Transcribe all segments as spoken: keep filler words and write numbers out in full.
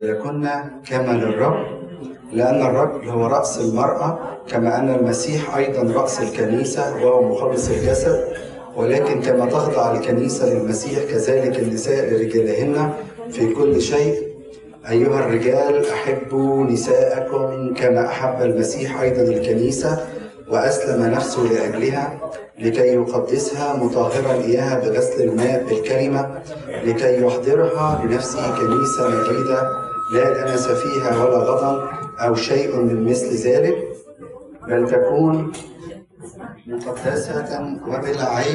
يكن كما للرب، لأن الرب هو رأس المرأة، كما أن المسيح أيضا رأس الكنيسة وهو مخلص الجسد. ولكن كما تخضع الكنيسة للمسيح كذلك النساء لرجالهن في كل شيء. أيها الرجال أحبوا نساءكم كما أحب المسيح أيضا الكنيسة وأسلم نفسه لأجلها لكي يقدسها مطهرا إياها بغسل الماء بالكلمة، لكي يحضرها لنفسه كنيسة مجيدة لا دنس فيها ولا غضن أو شيء من مثل ذلك، بل تكون مقدسة وبلا عيب.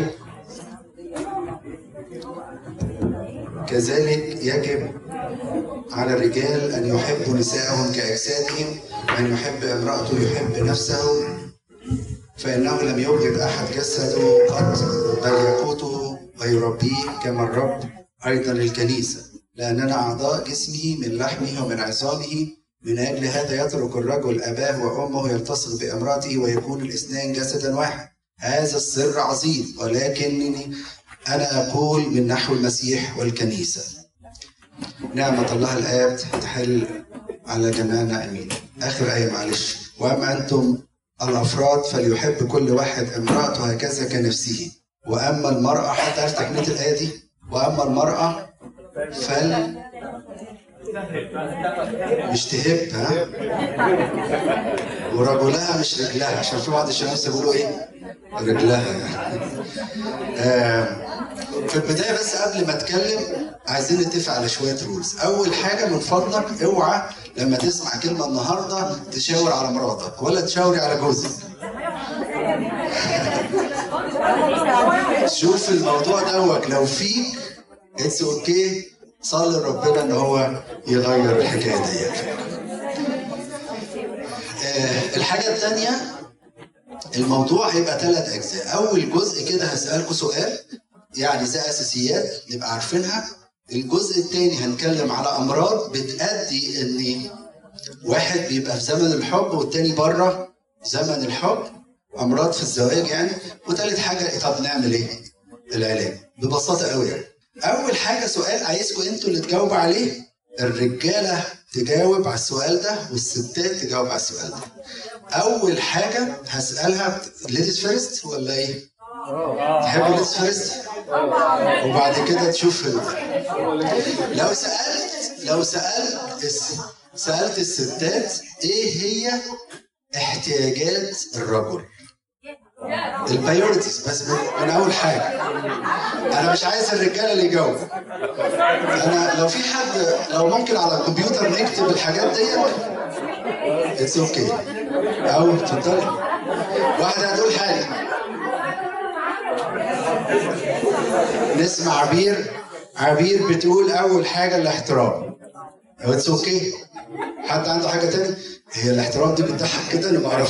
كذلك يجب على الرجال أن يحبوا نساءهم كأجسادهم، من يحب امرأته يحب نفسه، فإنه لم يوجد أحد جسده قط، بل يقوته ويربيه كما الرب أيضا الكنيسة، لأننا أعضاء جسمه من لحمه ومن عظامه. من أجل هذا يترك الرجل أباه وأمه يلتصق بامرأته ويكون الاثنان جسدا واحد. هذا السر عظيم، ولكنني أنا أقول من نحو المسيح والكنيسة. نعمة الله الآب تحل على جميعنا أمين. آخر آية معلش. وأما أنتم الأفراد فليحب كل واحد امرأته هكذا كنفسه، وأما المرأة، حتى عرفت تكملة الآية دي، وأما المرأة فل مش تهب، ها؟ ورجلها مش رجلها، عشان في بعض الشباب بيقولوا إيه؟ رجلها يعني. آه في البداية بس قبل ما أتكلم عايزين نتفق على شوية رولز. أول حاجة من فضلك اوعى لما تسمع كلمة النهاردة تشاور على مراتك ولا تشاوري على جوزك. شوف الموضوع دوت لو فيك اتس اوكي، صلي ربنا ان هو يغير الحكاية دي. آه الحاجة الثانية، الموضوع هيبقى ثلاث أجزاء. أول جزء كده هسألكوا سؤال يعني زي أساسيات نبقى عارفينها. الجزء الثاني هنتكلم على أمراض بتأدي إن واحد بيبقى في زمن الحب والتاني بره زمن الحب، أمراض في الزواج يعني. وثالث حاجة طب نعمل إيه؟ العلاج ببساطة قوي يعني. أول حاجة سؤال عايزكم أنتوا اللي تجاوبوا عليه، الرجالة تجاوب على السؤال ده والستات تجاوب على السؤال ده. أول حاجة هسألها ليديز فيرست ولا إيه؟ تحبوا ليديز فيرست؟ وبعد كده تشوف ال... لو سألت لو سألت سألت الستات إيه هي احتياجات الرجل؟ البايورتيز بس من أول حاجة. أنا مش عايز الرجالة اللي يجاوبوا. أنا لو في حد لو ممكن على الكمبيوتر نكتب الحاجات دي اتس اوكي. أو اتفضل. واحدة هتقول حاجة. نسمع عبير. عبير بتقول أول حاجة الاحترام. اتس اوكي. حد عنده حاجة تاني؟ هي الاحترام دي بتضحك كده أنا ما أعرفش.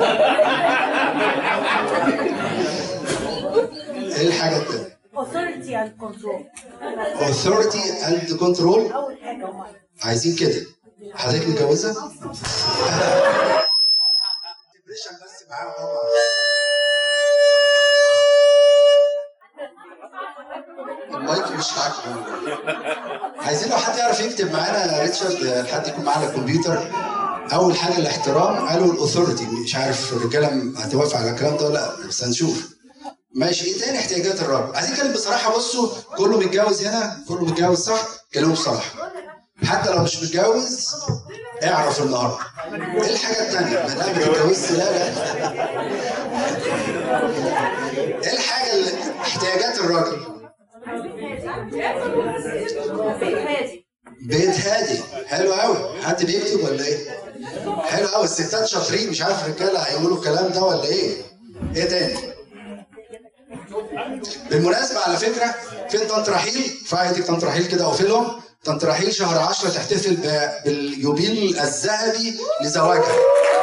إيه الحاجة التانية؟ authority and control. authority and control. أول حاجة عايزين كده. حضرتك متجوزة؟ ديبريشن بس معاهم هم. المايك مش معاكم. عايزين لو حد يعرف يكتب معانا ريتشارد، حد يكون معانا الكمبيوتر. أول حاجة الاحترام، قالوا الأوثورتي. مش عارف الرجالة هتوافق على الكلام ده ولا لا، بس هنشوف. ماشي. إيه تاني احتياجات الراجل؟ عايزين نتكلم بصراحة. بصوا كله متجوز هنا، كله متجوز صح؟ كلموا بصراحة. حتى لو مش متجوز اعرف النهارده. إيه الحاجة التانية؟ ما دام اتجوزت لا لا. إيه الحاجة اللي احتياجات الراجل؟ بيت هادي. حلو قوي. حد بيكتب ولا ايه؟ حلو قوي. الستات شاطرين. مش عارف الرجاله هيقولوا الكلام ده ولا ايه؟ ايه تاني؟ بالمناسبه على فكره فين طنط رحيل؟ فايتك طنط رحيل كده وفيلهم. طنط رحيل شهر عشرة تحتفل باليوبيل الذهبي لزواجها.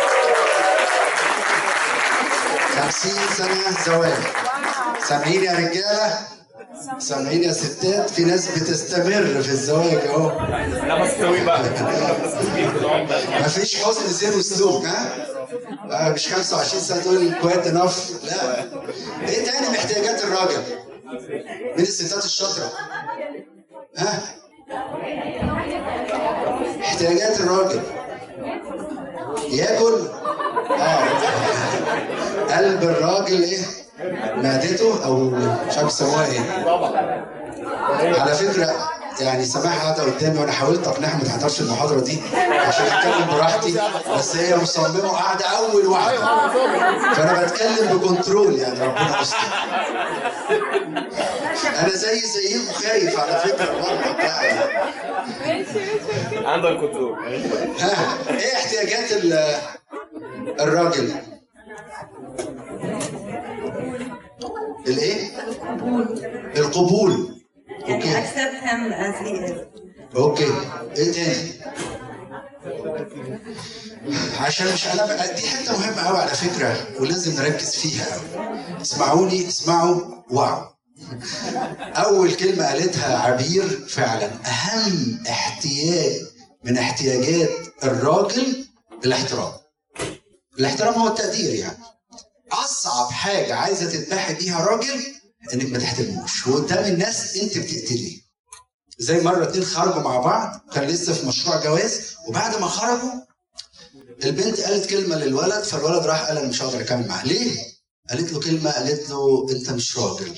خمسين سنه زواج. سامعين يا رجاله؟ سامعين يا ستات؟ في ناس بتستمر في الزواج اهو. لا بس سوي بقى. مفيش حسن زين وسلوك. ها؟ آه مش خمسة وعشرين سنه تقول كويت انف. لا. ايه تاني محتاجات الراجل؟ من الستات الشاطره. ها؟ احتياجات الراجل ياكل. اه قلب الراجل ايه؟ معدته او مش عارف يسموها ايه. على فكره يعني سماح قاعده قدامي وانا حاولت اقنعها ما تحضرش المحاضره دي عشان اتكلم براحتي، بس هي مصممه وقاعده اول واحده، فانا بتكلم بكنترول يعني ربنا يستر. انا زي زيكم خايف على فكره والله بتاع. عندك كنترول. ها ايه احتياجات الراجل؟ الايه؟ القبول. يعني accept him as he is. اوكي ايه تاني؟ عشان مش انا بقى دي حته مهمه قوي على فكره ولازم نركز فيها قوي. اسمعوني اسمعوا واو. اول كلمه قالتها عبير فعلا اهم احتياج من احتياجات الراجل الاحترام. الاحترام هو التقدير يعني. اصعب حاجه عايزه تذبحي بيها راجل انك ما تحترموش وقدام الناس انت بتقتليه. زي مره اتنين خرجوا مع بعض كان لسه في مشروع جواز، وبعد ما خرجوا البنت قالت كلمه للولد، فالولد راح قال انا مش هقدر اكمل معاه. ليه؟ قالت له كلمه، قالت له انت مش راجل.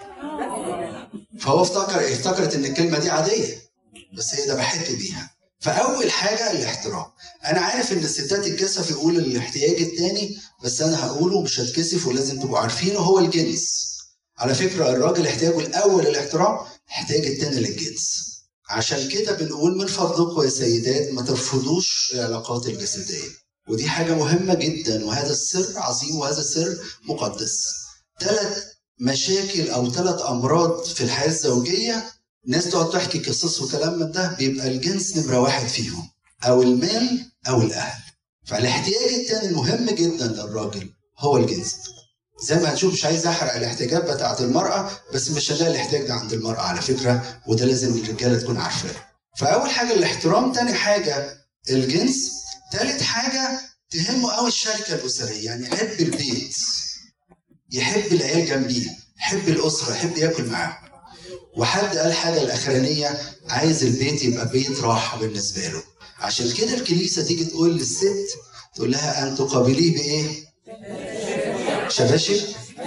فهو افتكر افتكرت ان الكلمه دي عاديه بس هي ذبحته بيها. فاول حاجه الاحترام. انا عارف ان الستات يتكسف يقول الاحتياج الثاني، بس انا هقوله مش هتكسف ولازم تبقوا عارفينه، هو الجنس. على فكره الراجل احتياجه الاول الاحترام، احتياج الثاني للجنس. عشان كده بنقول من فضلكم يا سيدات ما ترفضوش العلاقات الجسديه، ودي حاجه مهمه جدا، وهذا السر عظيم وهذا السر مقدس. ثلاث مشاكل او ثلاث امراض في الحياه الزوجيه الناس تقعد تحكي قصص وكلام من ده، بيبقى الجنس نمره واحد فيهم، او المال او الاهل. فالاحتياج الثاني المهم جدا للراجل هو الجنس. زي ما هنشوف مش عايز احرق الاحتياجات بتاعت المراه، بس مش هنلاقي الاحتياج ده عند المراه على فكره، وده لازم الرجاله تكون عارفاه. فاول حاجه الاحترام، ثاني حاجه الجنس، ثالث حاجه تهمه قوي الشركه الاسريه، يعني يحب البيت، يحب العيال جنبيه، يحب الاسره، يحب ياكل معاهم. وحد قال حاجه الاخرانيه، عايز البيت يبقى بيت راحه بالنسبه له. عشان كده الكنيسه تيجي تقول للست، تقول لها ان تقابليه بايه؟ شباشب؟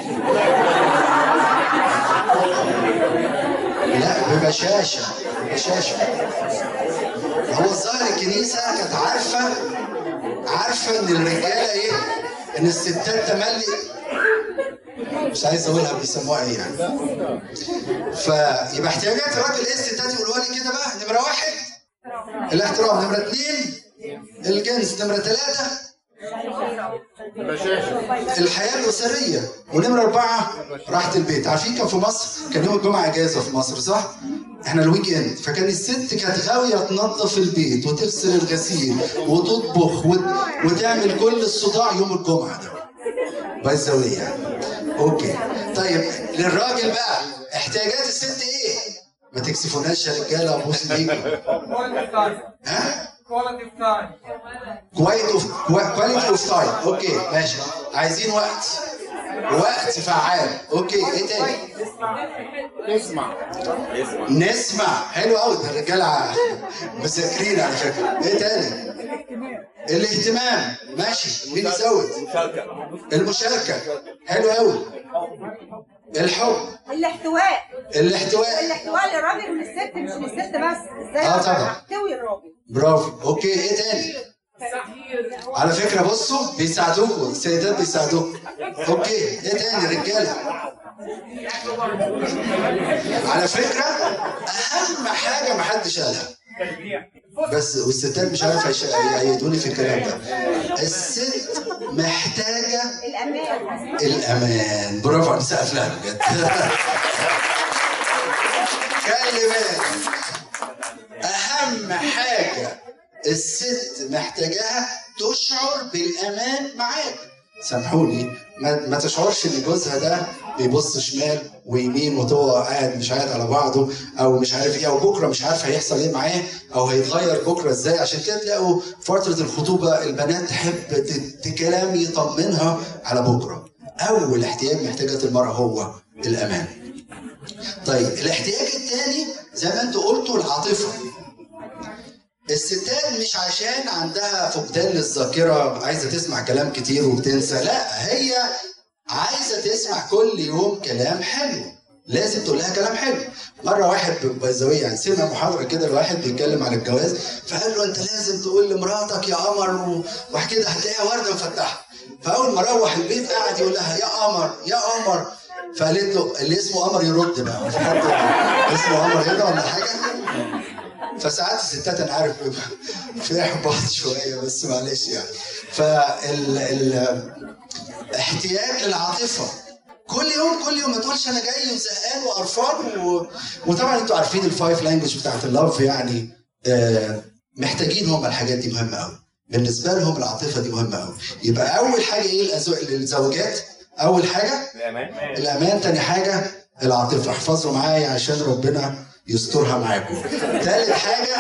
لا ببشاشه، ببشاشه. هو الظاهر الكنيسه كانت عارفه عارفه ان الرجاله ايه؟ ان الستات تملي، مش عايز اقولها بيسموها ايه يعني. فيبقى احتياجات الراجل ايه الستات يقولوها لي كده بقى؟ نمره واحد الاحترام، نمره اثنين الجنس، نمره ثلاثه الحياه الاسريه، ونمره اربعه راحه البيت. عارفين كان في مصر كان يوم الجمعه اجازه في مصر صح؟ احنا الويك اند، فكان الست كانت غاويه تنظف البيت وتغسل الغسيل وتطبخ وت... وتعمل كل الصداع يوم الجمعه ده. بالزاويه يعني. اوكي طيب للراجل بقى احتياجات الست ايه؟ ما تكسفوناش يا رجاله ابوس ايديكم. ها؟ كواليتي اوف تايم. كواليتي اوف تايم، اوكي ماشي. عايزين وقت، وقت فعال. اوكي ايه تاني؟ نسمع نسمع، حلو قوي، ده الرجاله مذاكرين على فكره. ايه تاني؟ الاهتمام، ماشي. مين يزود؟ المشاركة. المشاركة، حلو قوي. الحب، الاحتواء. الاحتواء، الاحتواء للراجل وللست، مش للست بس. ازاي اه طبعا احتوي الراجل. برافو. اوكي ايه تاني؟ على فكرة بصوا بيساعدوكوا، السيدات بيساعدوكوا. اوكي ايه تاني رجالة؟ على فكرة اهم حاجة محدش قالها، بس والستات مش عارف يأيدوني في الكلام ده. الست محتاجة الأمان. الأمان، برافو عليك، سقف لها بجد. خلي بالك أهم حاجة الست محتاجاها تشعر بالأمان معاك. سامحوني، ما, ما تشعرش ان جوزها ده بيبص شمال ويمين وهو قاعد مش قاعد على بعضه، او مش عارف ايه، او بكره مش عارف هيحصل ايه معاه، او هيتغير بكره ازاي. عشان كده تلاقوا فتره الخطوبه البنات تحب كلام يطمنها على بكره. اول احتياج محتاجه المراه هو الامان. طيب الاحتياج الثاني زي ما انتوا قلتوا العاطفه. الستات مش عشان عندها فقدان للذاكره عايزه تسمع كلام كتير وبتنسى، لا، هي عايزه تسمع كل يوم كلام حلو، لازم تقول لها كلام حلو. مره واحد بيزويه يعني سمع محاضره كده لواحد بيتكلم عن الجواز، فقال له انت لازم تقول لمراتك يا قمر وكده هتلاقيها ورده مفتحه. فاول ما روح البيت قعد يقول لها يا قمر يا قمر، فقالت له اللي اسمه قمر يرد بقى، في حد اسمه قمر هنا ولا حاجه؟ فساعات الستات انا عارف في احباط شويه بس معلش يعني. فالاحتياج للعاطفه كل يوم كل يوم، ما تقولش انا جاي وزهقان وقرفان و... وطبعا انتوا عارفين الفايف لانجوج بتاعت اللاف يعني آه محتاجين هم الحاجات دي مهمه قوي بالنسبه لهم، العاطفه دي مهمه قوي. يبقى اول حاجه ايه الأزو... للزوجات؟ اول حاجه الامان، الامان. تاني حاجه العاطفه، احفظوا معايا عشان ربنا يسترها معاكم. ثالث حاجه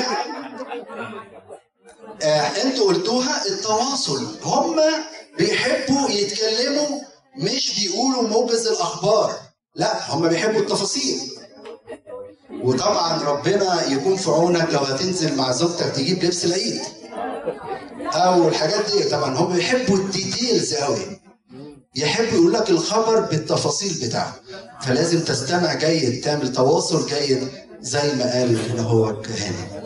آه انتوا قلتوها، التواصل. هم بيحبوا يتكلموا، مش بيقولوا موجز الاخبار، لا، هم بيحبوا التفاصيل. وطبعا ربنا يكون في عونك لو هتنزل مع زوجتك تجيب لبس العيد او الحاجات دي، طبعا هم بيحبوا الديتيلز قوي، يحبوا يقول لك الخبر بالتفاصيل بتاعه، فلازم تستمع جيد، تعمل تواصل جيد زي ما قال هنا هو هاني.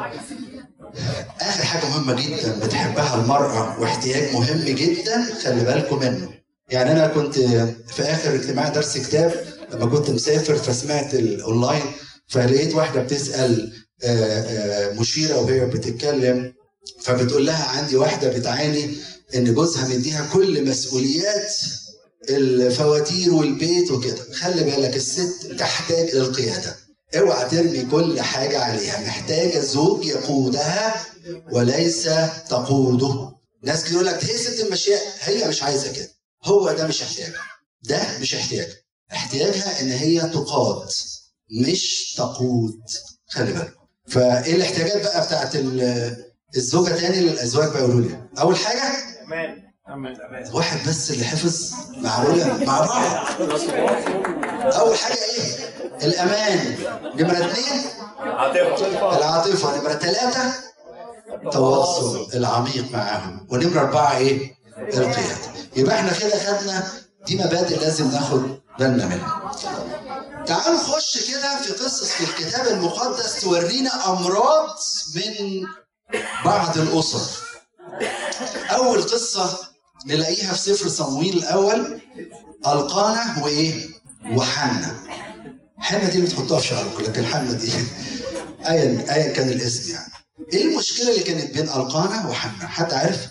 اخر حاجه مهمه جدا بتحبها المراه واحتياج مهم جدا خلي بالكم منه. يعني انا كنت في اخر اجتماع درس كتاب لما كنت مسافر، فسمعت الاونلاين، فلقيت واحده بتسال مشيره وهي بتتكلم، فبتقول لها عندي واحده بتعاني ان جوزها مديها كل مسؤوليات الفواتير والبيت وكده. خلي بالك الست تحتاج الى القياده، اوعى ترمي كل حاجه عليها، محتاجه زوج يقودها وليس تقوده. ناس كتير يقول لك هي ست المشيئه، هي مش عايزه كده، هو ده مش احتياجها، ده مش احتياجها، احتياجها ان هي تقاد مش تقود. خلي بالك. فايه الاحتياجات بقى بتاعت الزوجه تاني للازواج بقى؟ يقولوا لي اول حاجه امان. امان واحد بس اللي حفظ معقوله مع بعض. اول حاجه ايه؟ الامان. نمره اثنين العاطفه. العاطفه. نمره ثلاثه التواصل العميق معاهم. ونمره اربعه ايه؟ القياده. يبقى احنا كده خدنا دي مبادئ لازم ناخد بالنا منها. تعالوا نخش كده في قصص في الكتاب المقدس تورينا امراض من بعض الاسر. اول قصه نلاقيها في سفر صموئيل الاول، القانا وايه؟ وحنا. حنا دي بتحطوها في شعركم، لكن حنا دي ايا ايا كان الاسم يعني. ايه المشكله اللي كانت بين القانا وحنا؟ حد عارف؟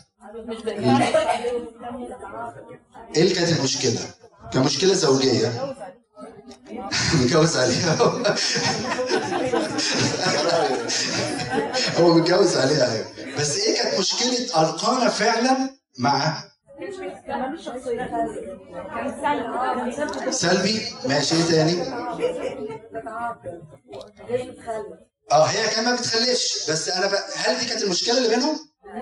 ايه اللي كانت المشكله؟ كمشكله زوجيه متجوز عليها هو متجوز عليها ايوه، بس ايه كانت مشكله القانا فعلا مع سلبي؟ ماشي. ايه تاني؟ اه هي كمان ما بتخلفش، بس انا بقى هل دي كانت المشكله اللي بينهم؟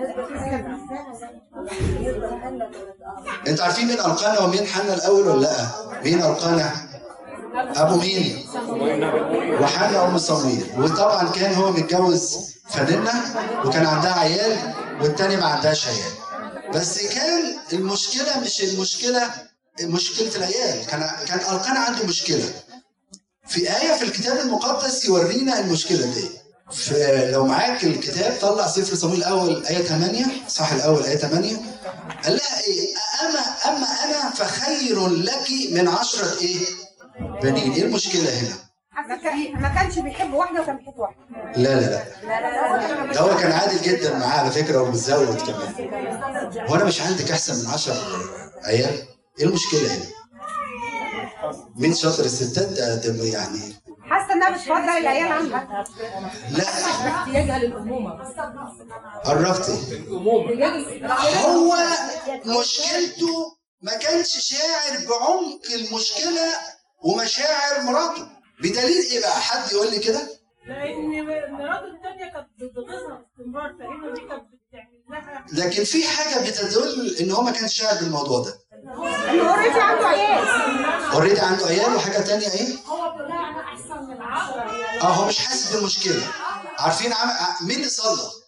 انتوا عارفين مين القانا ومين حنا الاول ولا لا؟ مين القانا؟ ابو مين؟ وحنا ام صموئيل. وطبعا كان هو متجوز فننة وكان عندها عيال والتاني ما عندهاش عيال، بس كان المشكله مش المشكله مشكله العيال، كان كان القانا عنده مشكله. في ايه في الكتاب المقدس يورينا المشكله دي. فلو معاك الكتاب طلع سفر صموئيل الاول ايه ثمانية، صح الاول ايه ثمانية، قال لها ايه؟ اما اما انا فخير لك من عشرة ايه؟ بنين. ايه المشكله هنا؟ ما كانش بيحب واحده وكان بيحب واحده. لا لا لا، ده هو كان عادل جدا معاه على فكره ومتزوج كمان. هو انا مش عندك احسن من عشر عيال؟ ايه المشكله هنا؟ مين شاطر؟ الستات ده يعني حاسه انها مش فاضله العيال عندها. لا احتياجها للامومه. قربتي. هو مشكلته ما كانش شاعر بعمق المشكله ومشاعر مراته. بدليل ايه بقى؟ حد يقول لي كده؟ لان مراته الثانيه كانت بتغيظها باستمرار، فهنا دي كانت بتعمل لها. لكن في حاجه بتدل ان هو ما كانش شاعر بالموضوع ده. انه اوريدي عنده عيال. اوريدي عنده عيال. وحاجه ثانيه ايه؟ هو بيقول لها انا احسن من عشرة. اه هو مش حاسس بالمشكله. عارفين عم... مين اللي صلى؟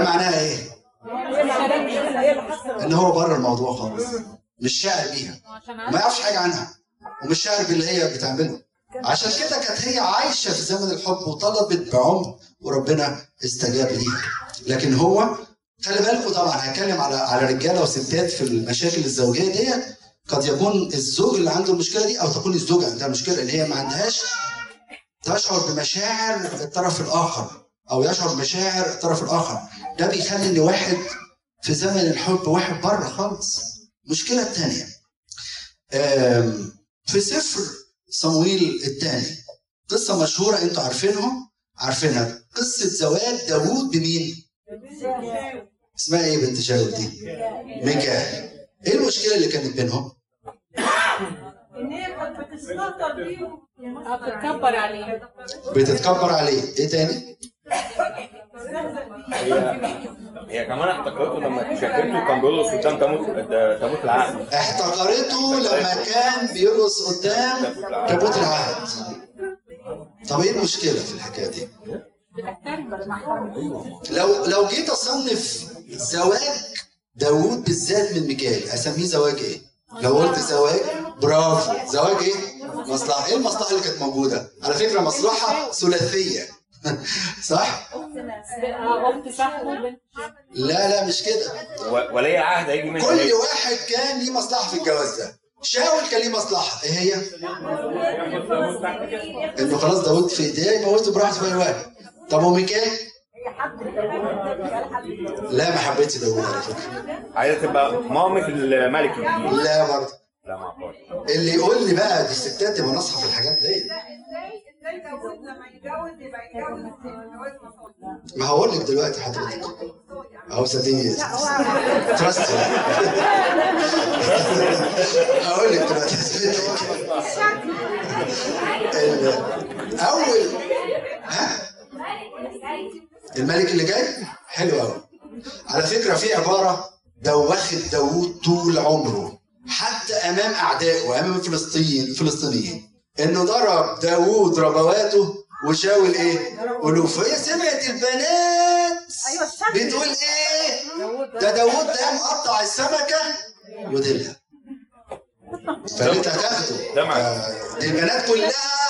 معناها ايه؟ ان هو بره الموضوع خالص، مش شاعر بيها وما يعرفش حاجه عنها ومش شاعر باللي هي بتعمله. عشان كده كانت هي عايشه في زمن الحب وطلبت بعمق وربنا استجاب ليها. لكن هو خلي بالكم طبعا هتكلم على على رجاله وستات في المشاكل الزوجيه ديت. قد يكون الزوج اللي عنده المشكله دي او تكون الزوجه عندها المشكله اللي هي ما عندهاش تشعر بمشاعر الطرف الاخر او يشعر بمشاعر الطرف الاخر. ده بيخلي ان واحد في زمن الحب واحد بره خالص. المشكله الثانيه في سفر صمويل الثاني قصه مشهوره انتوا عارفينهم عارفينها، قصه زواج داوود بمين؟ اسمها ايه بنت شاول دي؟ ميكال. ايه المشكله اللي كانت بينهم؟ ان هي كانت بتستهتر بيه بتتكبر عليه بتتكبر عليه. ايه تاني؟ هي هي كمان احتقرته لما شافته كان بيرقص قدام تابوت تابوت العهد. احتقرته لما كان بيرقص قدام تابوت العهد. طب ايه المشكله في الحكايه دي؟ لو لو جيت اصنف زواج داوود بالذات من ميكال اسميه زواج ايه؟ لو قلت زواج برافو زواج ايه؟ مصلحه. ايه المصلحه اللي كانت موجوده؟ على فكره مصلحه ثلاثيه صح؟ لا لا مش كده. ولي العهد هيجي من كل واحد كان ليه مصلحه في الجواز ده. شاول كان ليه مصلحه، ايه هي؟ انه خلاص داوود في ايديه يموته براحته في اي وقت. طب وميكال؟ لا ما حبيتش داوود على فكره. عايزه تبقى مامة الملك الجديد. لا برضه. لا ما اعرفش. اللي يقول لي بقى دي الستات تبقى ناصحه في الحاجات دي. ازاي ازاي داوود لما يتجوز يبقى يتجوز جواز مصالح؟ ما هقول لك دلوقتي حضرتك اهو صدقني تراست. هقول لك دلوقتي اول ها الملك اللي جاي حلو قوي. على فكره في عباره دوخت داوود طول عمره حتى امام اعدائه وامام الفلسطينيين الفلسطينيين انه ضرب داوود ربواته وشاول ايه؟ ألوف. هي سمعت البنات بتقول ايه؟ ده داوود ده مقطع السمكه وديلها. فقالت هتاخده. آه دي البنات كلها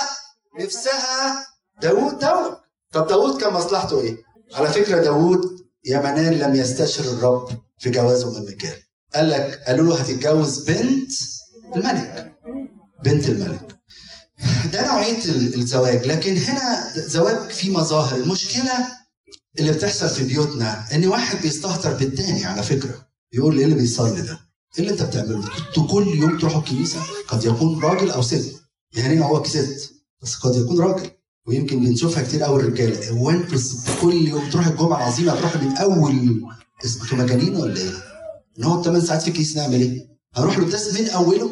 نفسها داوود دوت. طب داوود كان مصلحته ايه؟ على فكره داوود يا منال لم يستشر الرب في جوازه من ميكال. قال لك قالوا له هتتجوز بنت الملك. بنت الملك. ده نوعيه الزواج. لكن هنا زواج فيه مظاهر. المشكله اللي بتحصل في بيوتنا ان واحد بيستهتر بالتاني. على فكره يقول ايه اللي بيصلي ده؟ ايه اللي انت بتعمله؟ انتوا كل يوم تروحوا الكنيسه. قد يكون راجل او ست. يعني هو ست بس قد يكون راجل. ويمكن بنشوفها كتير قوي الرجاله. هو انتوا كل يوم تروحوا الجمعه العظيمه هتروحوا من اول. انتوا مجانين ولا ايه؟ نقعد ثمان ساعات في الكنيسه نعمل ايه؟ هنروح القداس من اوله؟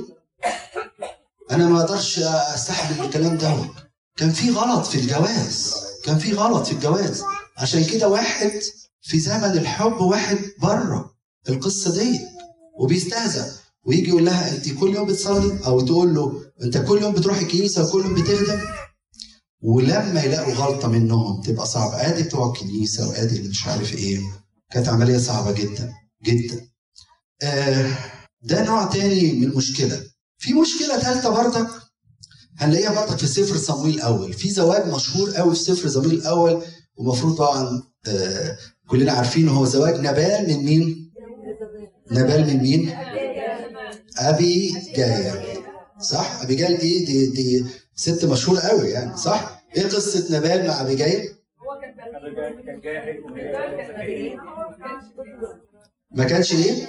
انا ما اقدرش استحمل الكلام ده. كان في غلط في الجواز. كان في غلط في الجواز. عشان كده واحد في زمن الحب واحد بره القصه دي وبيستهزأ ويجي يقول لها انت كل يوم بتصلي او تقول له انت كل يوم بتروح الكنيسه وكل يوم بتخدم. ولما يلاقوا غلطه منهم تبقى صعبه. ادي بتوع الكنيسه وادي اللي مش عارف ايه. كانت عمليه صعبه جدا جدا. آه ده نوع تاني من المشكله. في مشكله ثالثه برضك هنلاقيها برضك في سفر صمويل الاول. في زواج مشهور قوي في سفر صمويل الاول ومفروض طبعا آه كلنا عارفينه. هو زواج نبال من مين؟ نبال من مين؟ ابي جايل. صح؟ ابي جايل دي دي دي ست مشهوره قوي يعني. صح؟ ايه قصه نبال مع ابي جايل؟ ما كانش ايه؟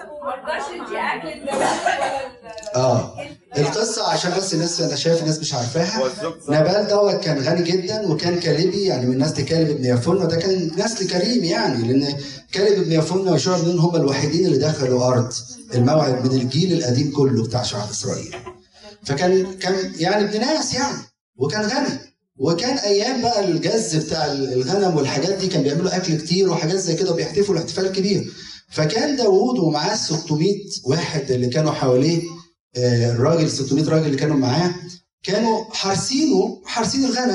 اه القصه عشان بس الناس انا شايف الناس مش عارفاها. نبال دوت كان غني جدا وكان كالبي يعني من نسل كالب ابن يفن. وده كان نسل كريم يعني لان كالب ابن يفن ويشوع بن نون هم الوحيدين اللي دخلوا ارض الموعد من الجيل القديم كله بتاع شعب اسرائيل. فكان كان يعني ابن ناس يعني وكان غني. وكان ايام بقى الجز بتاع الغنم والحاجات دي كان بيعملوا اكل كتير وحاجات زي كده وبيحتفلوا احتفال كبير. فكان داوود ومعاه ستمائة واحد اللي كانوا حواليه. الراجل ستمائة راجل اللي كانوا معاه كانوا حارسينه حارسين الغنم.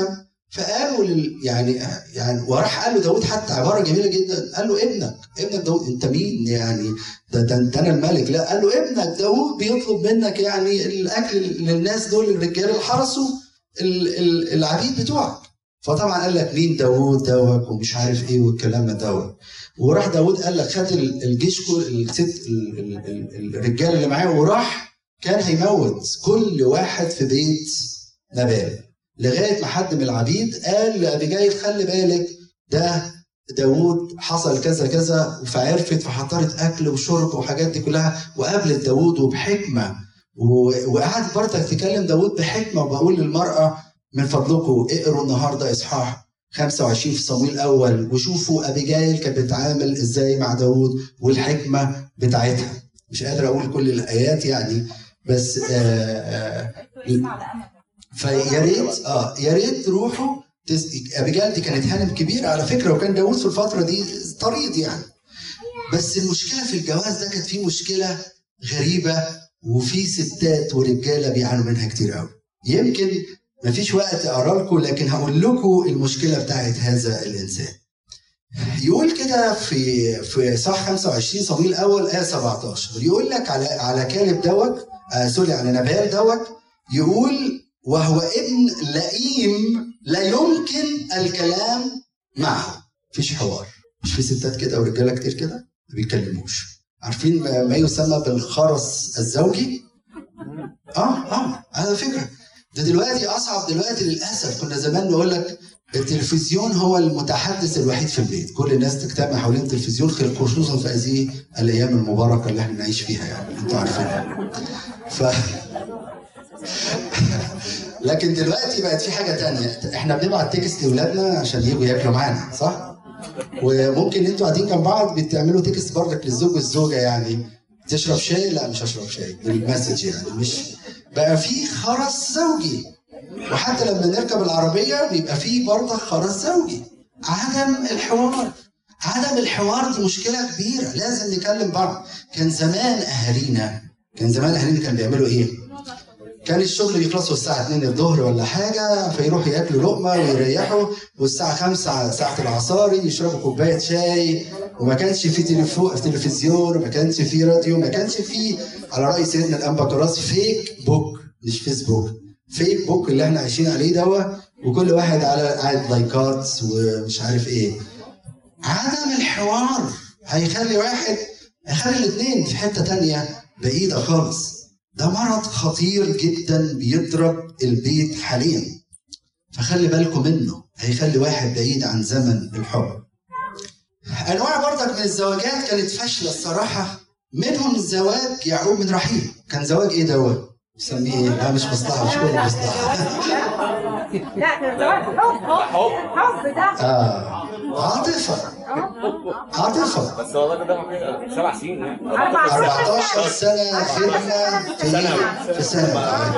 فقالوا لل يعني يعني وراح قال له داود حتى عباره جميله جدا، قال له ابنك ابنك داود. انت مين يعني؟ ده ده انت انا الملك. لا، قال له ابنك داود بيطلب منك يعني الاكل للناس دول الرجال اللي حرسوا العبيد بتوعك. فطبعا قال لك مين داود دوت ومش عارف ايه والكلام دوت. وراح داود قال لك خد الجيش كل الست الرجال اللي معاه وراح كان هيموت كل واحد في بيت نبال، لغايه ما حد من العبيد قال لابيجايل خلي بالك ده داود حصل كذا كذا، فعرفت فحضرت اكل وشرب وحاجات دي كلها وقابلت داود وبحكمه، وقعدت برضك تكلم داود بحكمه. وبقول للمراه من فضلكم اقروا النهارده اصحاح خمسة وعشرين في صموئيل الاول وشوفوا ابيجايل كانت بتتعامل ازاي مع داود والحكمه بتاعتها. مش قادر اقول كل الايات يعني، بس آآ آآ فيا ريت اه يا ريت تروحوا. ابيجايل دي كانت هانم كبيره على فكره، وكان داود في الفتره دي طريد يعني. بس المشكله في الجواز ده كانت فيه مشكله غريبه، وفي ستات ورجاله بيعانوا منها كتير قوي. يمكن مفيش وقت اقرا لكم، لكن هقول لكم المشكله بتاعت هذا الانسان. يقول كده في في صح خمسة وعشرين صموئيل الاول ايه سبعتاشر، يقول لك على على كالب دوت آه سوري على نبال دوت، يقول وهو ابن لئيم لا يمكن الكلام معه. مفيش حوار. مش في ستات كده ورجاله كتير كده ما بيتكلموش. عارفين ما يسمى بالخرس الزوجي؟ اه اه على فكره ده دلوقتي اصعب. دلوقتي للاسف كنا زمان نقول لك التلفزيون هو المتحدث الوحيد في البيت، كل الناس تجتمع حوالين التلفزيون، خصوصا في هذه الايام المباركه اللي احنا بنعيش فيها يعني انتوا عارفينها. ف لكن دلوقتي بقت في حاجه تانية، احنا بنبعت تكست لاولادنا عشان يجوا ياكلوا معانا صح؟ وممكن انتوا قاعدين جنب بعض بتعملوا تكست برضك للزوج والزوجه يعني تشرب شاي؟ لا مش هشرب شاي بالمسج يعني. مش بقى في خرس زوجي، وحتى لما نركب العربيه بيبقى في برضه خرس زوجي. عدم الحوار عدم الحوار دي مشكله كبيره، لازم نكلم بعض. كان زمان اهالينا كان زمان اهالينا كانوا بيعملوا ايه؟ كان الشغل بيخلصوا الساعة اتنين الظهر ولا حاجة، فيروحوا ياكلوا لقمة ويريحوا، والساعة خمسة ساعة العصاري يشربوا كوباية شاي، وما كانش في تلفزيون وما كانش في راديو، ما كانش في على رأي سيدنا الأنبا كراس فيك بوك مش فيسبوك، فيك بوك اللي احنا عايشين عليه دوا، وكل واحد على قاعد لايكات ومش عارف ايه. عدم الحوار هيخلي واحد هيخلي الاثنين في حتة تانية بعيدة خالص. ده مرض خطير جدا بيضرب البيت حاليا، فخلي بالكم منه، هيخلي واحد بعيد عن زمن الحب. انواع برضك من الزواجات كانت فاشله الصراحه، منهم الزواج يعقوب من رحيل. كان زواج ايه دوت؟ بسميه ايه؟ لا مش مصلحه، مش كله مصلحه. لا كان زواج حب حب ده اه عاطفه عاطفه. بس والله ده ما سبع سنين يعني أربعتاشر سنه خدمه في في سنه.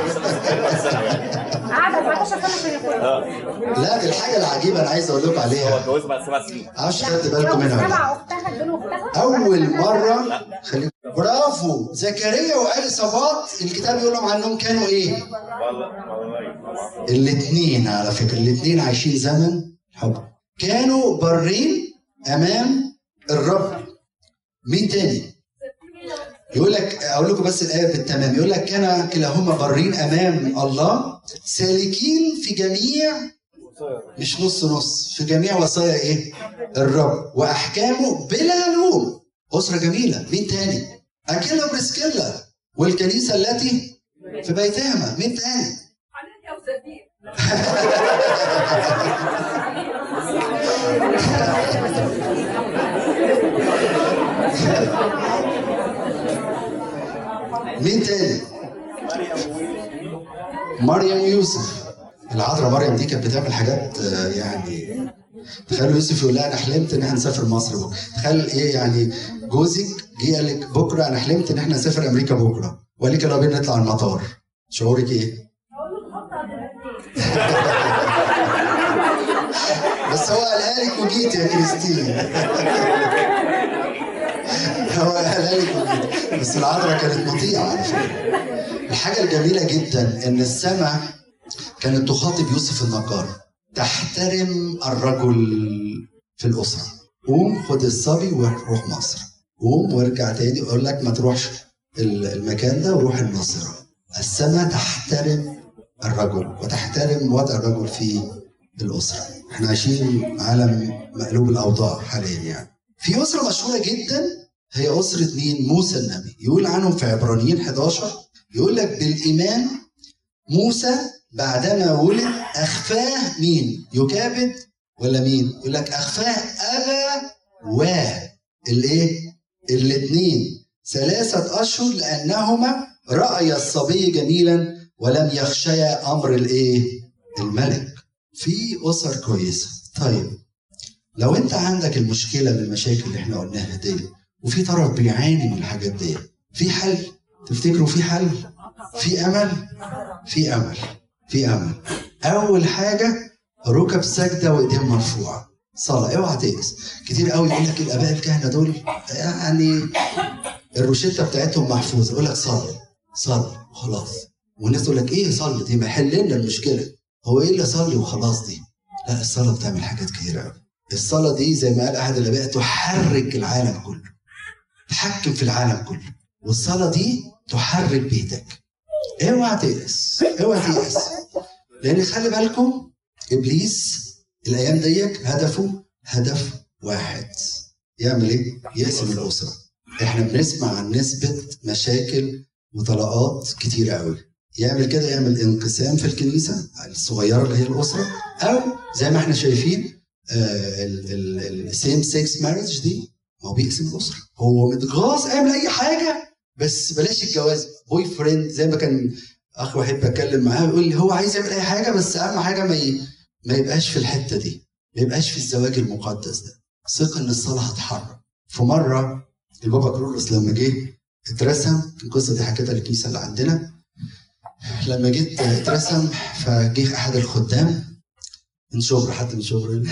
قعد أربعتاشر سنه في الخدمه. لا دي الحاجه العجيبه انا عايز اقول لكم عليها. هو اتجوز بعد سبع سنين. معرفش خدت بالكم منها. سبع اختها دول اختها. اول مره خليك برافو زكريا وإليصابات الكتاب يقول لهم عنهم كانوا ايه؟ الاثنين على فكره الاثنين عايشين زمن حب، كانوا برين امام الرب. مين تاني؟ يقول لك اقول لكم بس الايه بالتمام، يقول لك كان كلاهما برين امام الله سالكين في جميع مش نص نص في جميع وصايا ايه؟ الرب واحكامه بلا لوم. اسره جميله. مين تاني؟ اكيلا وبرسكيلا والكنيسه التي في بيتهما. مين تاني؟ مين تاني؟ مريم ويوسف. العذراء مريم دي كانت بتعمل حاجات يعني. تخيلوا يوسف يقول لها انا حلمت ان احنا نسافر مصر بكره. تخيل ايه يعني جوزك جه قال لك بكره انا حلمت ان احنا نسافر امريكا بكره، وقال لك يلا بينا نطلع المطار. شعورك ايه؟ بس هو قالها لك وجيت يا كريستين. هو قالها لك وجيت، بس العذراء كانت مطيعه على فكره. الحاجه الجميله جدا ان السماء كانت تخاطب يوسف النجار. تحترم الرجل في الأسرة. قوم خد الصبي وروح مصر، قوم وارجع تاني، أقول لك ما تروحش المكان ده وروح الناصرة. السماء تحترم الرجل وتحترم وضع الرجل في الأسرة. احنا عايشين عالم مقلوب الأوضاع حاليا يعني. في أسرة مشهورة جدا هي أسرة مين؟ موسى النبي. يقول عنهم في عبرانيين احداشر، يقول لك بالإيمان موسى بعدما ولد أخفاه مين؟ يكابد ولا مين؟ يقول لك أخفاه أبا و الإيه؟ الاثنين ثلاثة أشهر لأنهما رأي الصبي جميلا ولم يخشيا أمر الإيه؟ الملك. في أسر كويسة. طيب لو أنت عندك المشكلة من المشاكل اللي احنا قلناها دي وفي طرف بيعاني من الحاجات دي، في حل؟ تفتكروا في حل؟ في أمل؟ في أمل في أمل. أول حاجة ركب سجدة وإيدين مرفوعة، صلاة. اوعى تيأس. كتير قوي يقول لك الآباء الكهنة دول يعني الروشتة بتاعتهم محفوظة، يقول لك صلي صلي خلاص، والناس تقول لك إيه صلي دي؟ ما يحل لنا المشكلة. هو إيه اللي صلي وخلاص دي؟ لا، الصلاة بتعمل حاجات كتير قوي. الصلاة دي زي ما قال أحد الآباء تحرك العالم كله، تحكم في العالم كله. والصلاة دي تحرك بيتك. اوعى تيأس، اوعى تيأس، لأن خلي بالكم إبليس الأيام ديك هدفه هدف واحد، يعمل إيه؟ يقسم الأسرة. إحنا بنسمع عن نسبة مشاكل وطلاقات كتيرة قوي. يعمل كده، يعمل انقسام في الكنيسة الصغيرة اللي هي الأسرة، أو زي ما إحنا شايفين السيم سيكس ماريج دي، ما هو بيقسم الأسرة. هو متغاظ اعمل أي حاجة بس بلاش الجواز. بوي فريند زي ما كان أخ بحب أتكلم معاه يقول لي هو عايز يعمل أي حاجة بس أهم حاجة ما ي... ما يبقاش في الحتة دي، ما يبقاش في الزواج المقدس ده. ثقة إن الصلاة هتحرك. في مرة البابا كرولوس لما جه اترسم، القصة دي حكيتها للكنيسة اللي عندنا، لما جيت اترسم فجه أحد الخدام من شبرا، حد من شبرا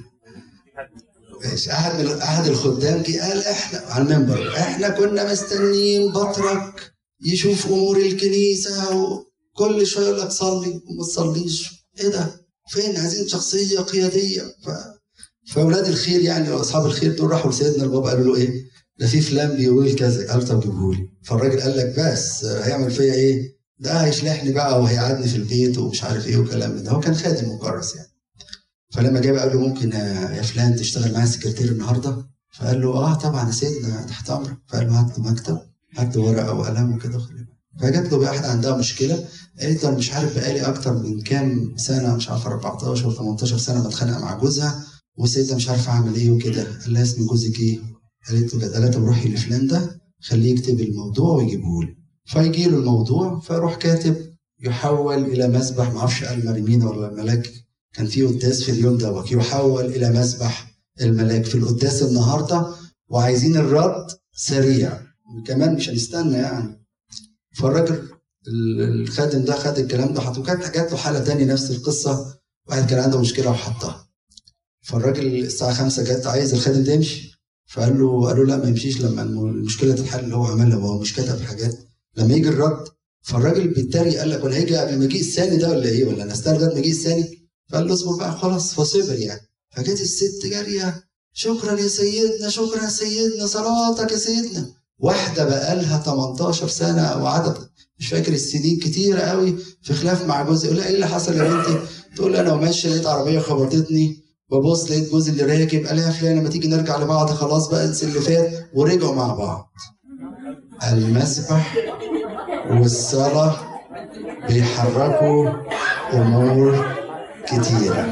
ماشي، أحد من أحد الخدام جه قال إحنا على المنبر إحنا كنا مستنيين بطرك يشوف أمور الكنيسة وكل شوية يقول لك صلي وما تصليش. إيه ده؟ فين؟ عايزين شخصية قيادية. ف... فأولاد الخير يعني وأصحاب الخير دول راحوا لسيدنا البابا قالوا له إيه؟ ده في فلان بيقول كذا. قال طب جيبهولي. فالراجل قال لك بس هيعمل فيا إيه؟ ده هيشلحني بقى وهيقعدني في البيت ومش عارف إيه وكلام من ده. هو كان خادم مكرس يعني. فلما جه قال له ممكن يا فلان تشتغل معايا سكرتير النهارده؟ فقال له اه طبعا يا سيدنا تحت امرك. فقال له هات له مكتب، هات له ورقه وقلم وكده وخليه. فجت له واحده عندها مشكله، قالت له مش عارف بقالي اكتر من كام سنه، مش عارف أربعتاشر ثمنتاشر سنه بتخانق مع جوزها وسيدنا مش عارف اعمل ايه وكده. قال لها اسم جوزك ايه؟ قالت له كده. قالت له روحي لفلان ده خليه يكتب الموضوع ويجيبه لي. فيجي له الموضوع فيروح كاتب يحول الى مسبح، ما اعرفش قال مريمين ولا الملاك، كان في قداس في اليوم دوت يحول الى مسبح الملاك في القداس النهارده، وعايزين الرد سريع كمان مش هنستنى يعني. فالراجل الخادم ده خد الكلام ده حطه. كانت جات له حاله ثانيه نفس القصه، واحد كان عنده مشكله وحطها. فالراجل الساعه خمسة جت عايز الخادم ده يمشي، فقال له قالوا لا ما يمشيش لما المشكله تتحل اللي هو عملها، وهو مش كتب حاجات لما يجي الرد. فالراجل بالتالي قال لك ولا هيجي قبل المجيء الثاني ده ولا ايه، ولا انا استنى لغايه المجيء الثاني؟ فقال له اصبر بقى خلاص، فصبر يعني. فجت الست جاريه شكرا يا سيدنا، شكرا يا سيدنا، صلاتك يا سيدنا. واحده بقى لها تمنتاشر سنه او عدد مش فاكر السنين كتيره قوي في خلاف مع جوزها. يقول لها ايه اللي حصل يا بنتي؟ تقول له انا وماشيه لقيت عربيه خبطتني، ببص لقيت جوزي اللي راكب. قال لها يا فلانه ما تيجي نرجع لبعض خلاص بقى انسى اللي فات، ورجعوا مع بعض. المسبح والصلاه بيحركوا امور كتيرة.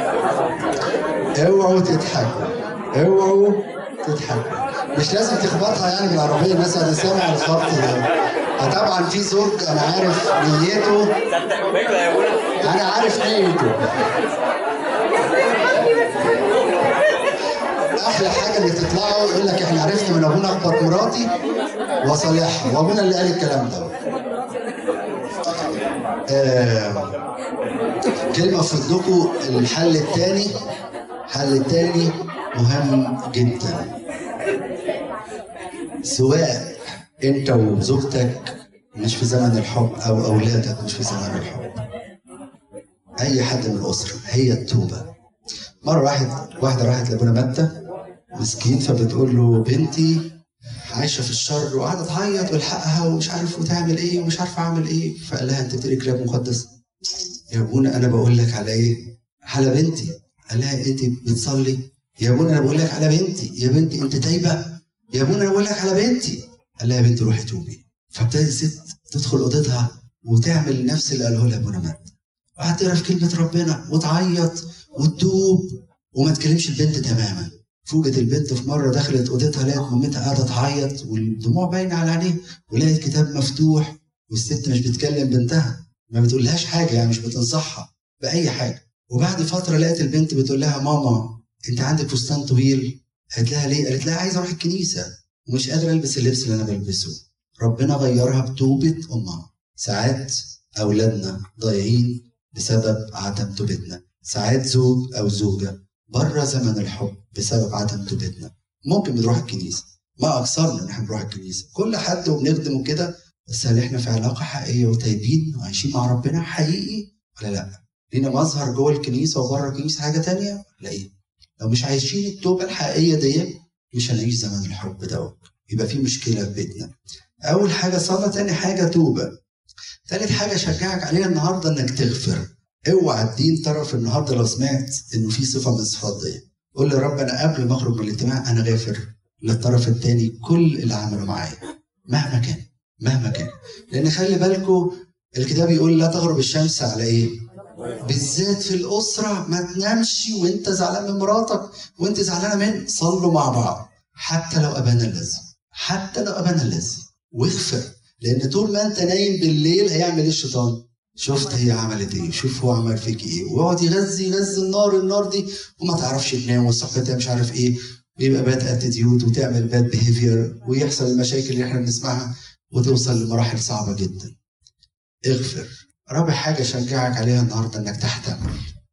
اوعوا تضحكوا، اوعوا تضحكوا. مش لازم تخبطها يعني بالعربية، الناس هتسمع الخبط ده. طبعا في زوج انا عارف نيته، انا عارف نيته. احلى حاجة اللي تطلعوا يقول لك احنا عرفنا من ابونا اخبط مراتي وصالحها، وابونا اللي قال الكلام ده. آه كلمة فضلكم. الحل الثاني، الحل الثاني مهم جدا. سواء انت وزوجتك مش في زمن الحب او اولادك مش في زمن الحب، اي حد من الاسره هي التوبه. مره واحد واحده راحت لابونا متى مسكين، فبتقول له بنتي عايشه في الشر وقاعده تعيط والحقها ومش عارف وتعمل ايه ومش عارفه اعمل ايه. فقال لها انت بتقري كتاب مقدس؟ يا ابونا انا بقول لك على ايه؟ على بنتي. قال لها انت بتصلي؟ يا ابونا انا بقول لك على بنتي. يا بنتي انت تايبه؟ يا ابونا انا بقول لك على بنتي. قال لها يا بنتي روحي توبي. فابتدت الست تدخل اوضتها وتعمل نفس اللي قاله لها ابونا متى، وقعدت تقرا في كلمه ربنا وتعيط وتتوب وما تكلمش البنت تماما. فوجئت البنت في مره دخلت اوضتها لقت مامتها قاعده تعيط والدموع باينه على عينيها، ولقت كتاب مفتوح والست مش بتكلم بنتها، ما بتقولهاش حاجه، يعني مش بتنصحها باي حاجه. وبعد فتره لقت البنت بتقول لها ماما انت عندك فستان طويل؟ قالت لها ليه؟ قالت لها عايزه اروح الكنيسه ومش قادره البس اللبس اللي انا بلبسه. ربنا غيرها بتوبه امها. ساعات اولادنا ضايعين بسبب عدم توبتنا، ساعات زوج او زوجه بره زمن الحب بسبب عدم توبتنا. ممكن بنروح الكنيسه، ما اكثرنا ان احنا بنروح الكنيسه كل حد وبنخدم وكده، بس هل احنا في علاقه حقيقيه وتايبين وعايشين مع ربنا حقيقي ولا لا؟ لينا مظهر جوه الكنيسه وبره الكنيسه حاجه تانية ولا ايه؟ لو مش عايشين التوبه الحقيقيه دي مش هنعيش زمن الحب دوت، يبقى في مشكله في بيتنا. اول حاجه صلاه، تاني حاجه توبه، ثالث حاجه اشجعك عليها النهارده انك تغفر. اوعى تدين طرف النهارده لو سمعت انه في صفه من الصفات دي. قول يا رب انا قبل ما اخرج من الاجتماع انا غافر للطرف الثاني كل اللي عمله معايا مهما كان مهما كان. لان خلي بالكم الكتاب يقول لا تغرب الشمس على ايه؟ بالذات في الاسره ما تنامش وانت زعلان من مراتك وانت زعلانه من، صلوا مع بعض حتى لو ابانا الذي، حتى لو ابانا الذي، واغفر. لان طول ما انت نايم بالليل هيعمل ايه الشيطان؟ شفت هي عملت ايه، شوف هو عمل فيك ايه، ويقعد يغذي يغذي النار النار دي وما تعرفش تنام وصحتها مش عارف ايه، ويبقى باد اتيتيود وتعمل باد بيهيفير ويحصل المشاكل اللي احنا بنسمعها وتوصل لمراحل صعبه جدا. اغفر. رابع حاجه اشجعك عليها النهارده انك تحتمل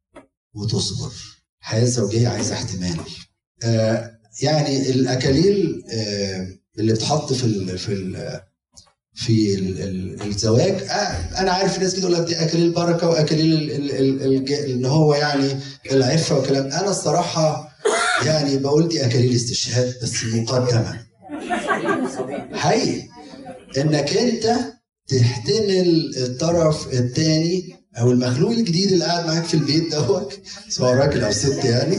وتصبر. الحياه الزوجيه عايزه احتمال. آه يعني الاكاليل آه اللي بتحط في ال في ال في ال ال الزواج، آه انا عارف الناس بتقول لك دي اكاليل البركه واكاليل ان هو يعني العفه وكلام. انا الصراحه يعني بقول دي اكاليل استشهاد بس مقدمه. حقيقي انك انت تحتمل الطرف الثاني او المخلوق الجديد اللي قاعد معاك في البيت دوت سواء راجل او ست، يعني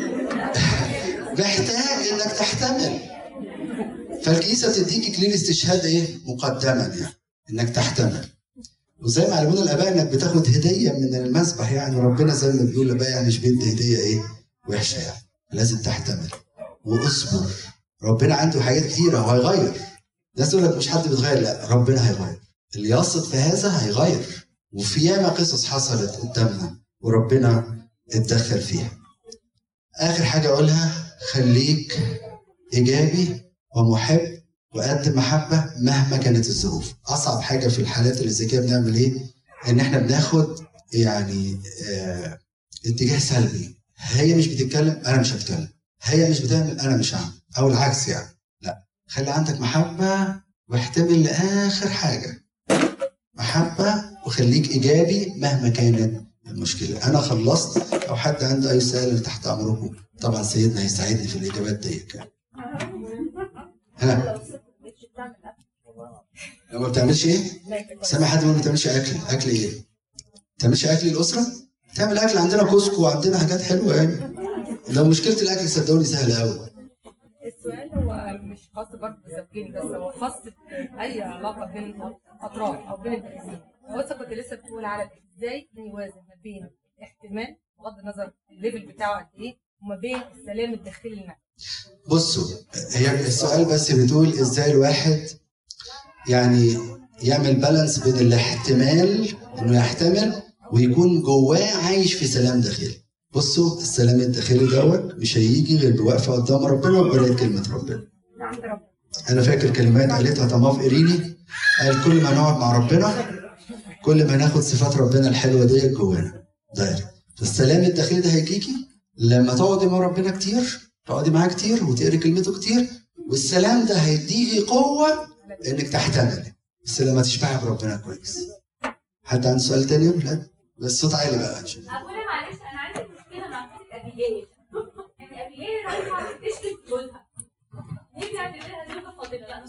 محتاج انك تحتمل. فالكنيسه بتديك اكليل استشهاد ايه؟ مقدما، يعني انك تحتمل. وزي ما علمونا الاباء انك بتاخد هديه من المذبح، يعني ربنا زي ما بيقول الاباء يعني مش بيدي هديه ايه؟ وحشه، يعني لازم تحتمل واصبر. ربنا عنده حاجات كتيره وهيغير. الناس تقول لك مش حد بيتغير، لا ربنا هيغير. اللي يثق في هذا هيغير. وفي ياما قصص حصلت قدامنا وربنا اتدخل فيها. اخر حاجه اقولها، خليك ايجابي ومحب وقدم محبه مهما كانت الظروف. اصعب حاجه في الحالات اللي زي كده بنعمل ايه؟ ان احنا بناخد يعني اه اتجاه سلبي. هي مش بتتكلم انا مش هتكلم، هي مش بتعمل انا مش هعمل، او العكس يعني. لا، خلي عندك محبه واحتمل لاخر حاجه. محبه وخليك ايجابي مهما كانت المشكله. انا خلصت. لو حد عنده اي سؤال تحت امركم، طبعا سيدنا هيساعدني في الاجابات دي. ها لو ما بتعملش ايه؟ سامع حد ما بتعملش اكل، اكل ايه؟ ما بتعملش اكل الاسره؟ تعمل اكل. عندنا كسكو وعندنا حاجات حلوه يعني. لو مشكله الاكل صدقوني سهله قوي. السؤال هو مش خاص برضه بالزوجين بس، هو خاص باي علاقه بين اطراف او بين الجنسين. هو انت كنت لسه بتقول على ازاي نوازن ما بين احتمال بغض النظر الليفل بتاعه قد ايه وما بين السلام الداخلي للنفس. بصوا، هي السؤال بس بتقول ازاي الواحد يعني يعمل بالانس بين الاحتمال انه يحتمل ويكون جواه عايش في سلام داخلي. بصوا، السلام الداخلي دوت مش هيجي غير بوقفه قدام ربنا وبقرايه كلمه ربنا. انا فاكر كلمات قالتها طماف إيريني، قال كل ما نقعد مع ربنا كل ما ناخد صفات ربنا الحلوه ديت جوانا دايركت. فالسلام الداخلي ده هيجيكي لما تقعدي مع ربنا كتير، تقعدي معاه كتير وتقري كلمته كتير، والسلام ده هيديكي قوه انك تحتملي، بس لما تشبعي بربنا كويس. حد عنده سؤال تاني يا ولاد؟ بس صوت عالي بقى. ابويا معلش انا عندي مشكله مع فكره ابيجيل. يعني ابيجيل رايحه تشتم جوزها. ليه بيعتبرها زوجه فاضله؟ لا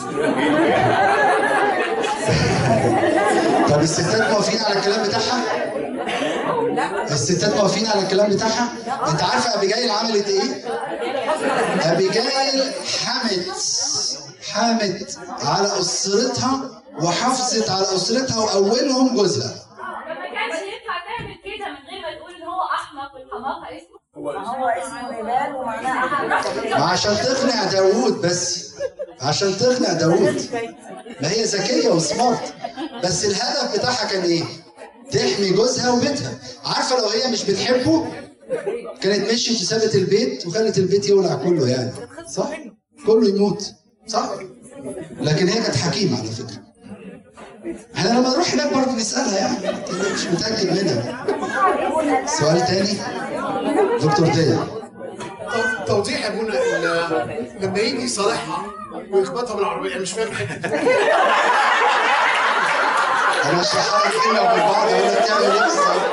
طب الستات موافقين على الكلام بتاعها؟ لا. الستات موافقين على الكلام بتاعها؟ انت عارفه ابيجيل عملت ايه؟ ابيجيل حمت حمت على اسرتها وحافظت على اسرتها واولهم جوزها. ما كانش ينفع تعمل كده من غير ما تقول ان هو احمق والحماقه اسمه. هو اسمه إيمان ومعناه أحمق. ما عشان تقنع داوود بس. عشان تقنع داوود. ما هي ذكيه وسمارت. بس الهدف بتاعها كان ايه؟ تحمي جوزها وبيتها. عارفه لو هي مش بتحبه كانت مشيت وسابت البيت وخلت البيت يولع كله يعني. صح؟ كله يموت. صح؟ لكن هي كانت حكيمه على فكره. احنا لما نروح هناك برضه نسالها يعني مش متاكد منها. سؤال تاني دكتور دايما. توضيح يا ابونا لما يجي يصالحها ويخبطها بالعربيه مش فاهم الحته دي. انا اشرحها لك كلمه بالبعض اقول لك تعمل ايه بالظبط.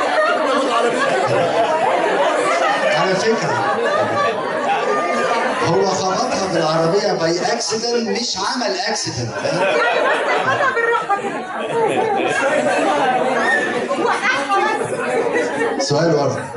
على فكره هو خبطها بالعربيه باي اكسيدنت مش عمل اكسيدنت. سؤال ورا.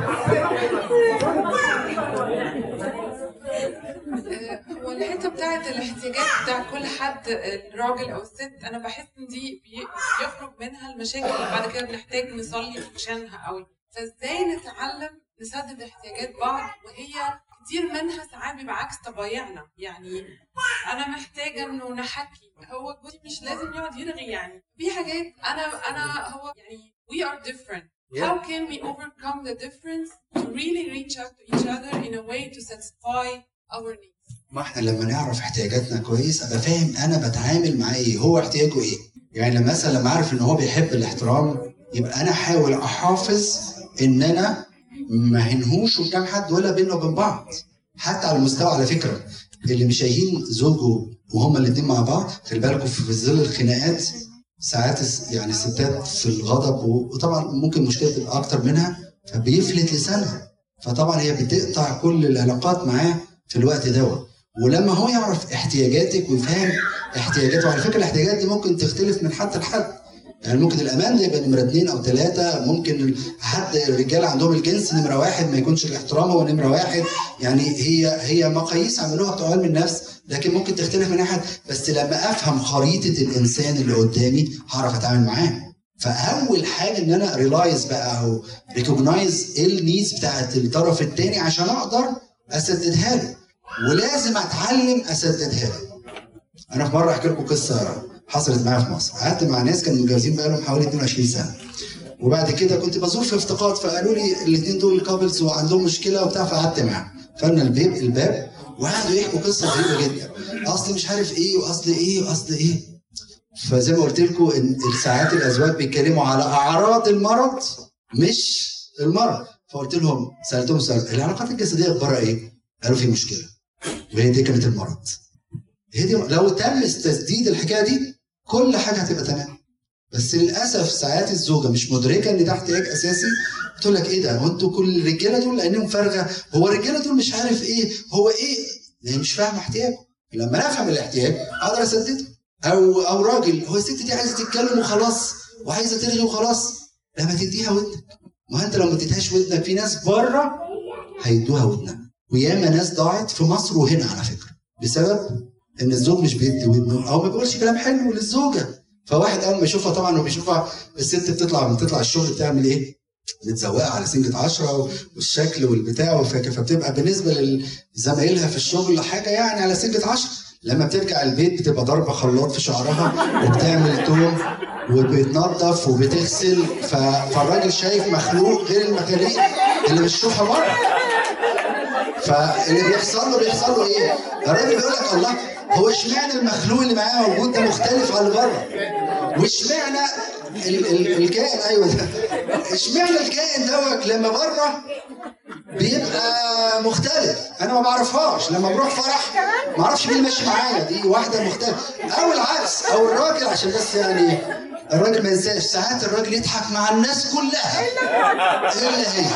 هو الحته بتاعت الاحتياجات بتاع كل حد الراجل او الست انا بحس ان دي بيخرج منها المشاكل اللي بعد كده بنحتاج نصلي عشانها قوي. فازاي نتعلم نسدد احتياجات بعض وهي كتير منها ساعات بيبقى عكس طبايعنا. يعني انا محتاجه انه نحكي هو جوزي مش لازم يقعد يرغي. يعني في حاجات انا انا هو يعني we are different. Yeah. How can we overcome the difference to really reach out to each other in a way to satisfy our needs? ما احنا لما نعرف احتياجاتنا كويس ابقى فاهم انا بتعامل معاه ايه، هو احتياجه ايه. يعني لما مثلا لما اعرف ان هو بيحب الاحترام يبقى انا احاول احافظ ان انا ما هنهوش قدام حد ولا بينه وبين بعض. حتى على المستوى على فكره اللي مش شايفين زوجه وهما الاثنين مع بعض، خلي بالكم في ظل الخناقات ساعات يعني الستات في الغضب وطبعا ممكن مشكله تبقى اكتر منها فبيفلت لسانها، فطبعا هي بتقطع كل العلاقات معاه في الوقت دوت. ولما هو يعرف احتياجاتك ويفهم احتياجاته، على فكره الاحتياجات دي ممكن تختلف من حد لحد. يعني ممكن الامان ده يبقى نمره اثنين او ثلاثه، ممكن حد الرجاله عندهم الجنس نمره واحد ما يكونش الاحترام هو نمره واحد. يعني هي هي مقاييس عملوها بتوع علم النفس لكن ممكن تختلف من احد. بس لما افهم خريطه الانسان اللي قدامي هعرف اتعامل معاه. فاول حاجه ان انا ريلايز بقى او ريكوجنايز ايه النيدز بتاعت الطرف الثاني عشان اقدر اسددها له، ولازم اتعلم اسددها له. انا في مره احكي لكم قصه حصلت معايا في مصر. قعدت مع ناس كانوا متجوزين بقى لهم حوالي اثنين وعشرين سنه، وبعد كده كنت بزور في افتقاد فقالوا لي الاثنين دول كابلز وعندهم مشكله وبتاع، فقعدت معاهم. فانا الباب الباب وقعدوا يحكوا قصه غريبه جدا، اصل مش عارف ايه واصل ايه واصل ايه. فزي ما قلت لكم ان ساعات الازواج بيتكلموا على اعراض المرض مش المرض. فقلت لهم سالتهم سؤال، العلاقات الجسديه اخبارها ايه؟ قالوا في مشكله، وهي دي كانت المرض. هي دي لو تم تسديد الحكايه دي كل حاجه هتبقى تمام. بس للاسف ساعات الزوجه مش مدركه ان ده احتياج اساسي، بتقول لك ايه ده؟ هو انتوا كل الرجاله دول لانهم فارغه، هو الرجاله دول مش عارف ايه، هو ايه؟ هي مش فاهمه احتياجه. لما انا افهم الاحتياج اقدر اسدده. او او راجل هو الست دي عايزه تتكلم وخلاص وعايزه ترغي وخلاص، لما تديها ودنك. ما انت لو ما اديتهاش ودنك في ناس بره هيدوها ودنك، وياما ناس ضاعت في مصر وهنا على فكره بسبب ان الزوج مش بيدي ودنه او ما بيقولش كلام حلو للزوجه. فواحد اول ما يشوفها طبعا وبيشوفها الست بتطلع بتطلع الشغل بتعمل ايه؟ متزوقه على سنجة عشرة والشكل والبتاع، فبتبقى بالنسبه لزمايلها في الشغل حاجه يعني على سنجة عشرة. لما بترجع البيت بتبقى ضاربه خلاط في شعرها وبتعمل توم وبتنظف وبتغسل، فالراجل شايف مخلوق غير المخاليق اللي بتشوفها بره. فاللي بيحصل له بيحصل له ايه؟ الراجل بيقول لك الله هو اشمعنى المخلوق اللي معاه موجود ده مختلف عن اللي بره؟ واشمعنى الكائن ايوه ده اشمعنى الكائن دوت لما بره بيبقى مختلف؟ انا ما بعرفهاش. لما بروح فرح ما اعرفش مين ماشي معايا، دي واحده مختلفه او العكس، او الراجل عشان بس يعني الراجل ما ينساش، ساعات الراجل يضحك مع الناس كلها الا هي.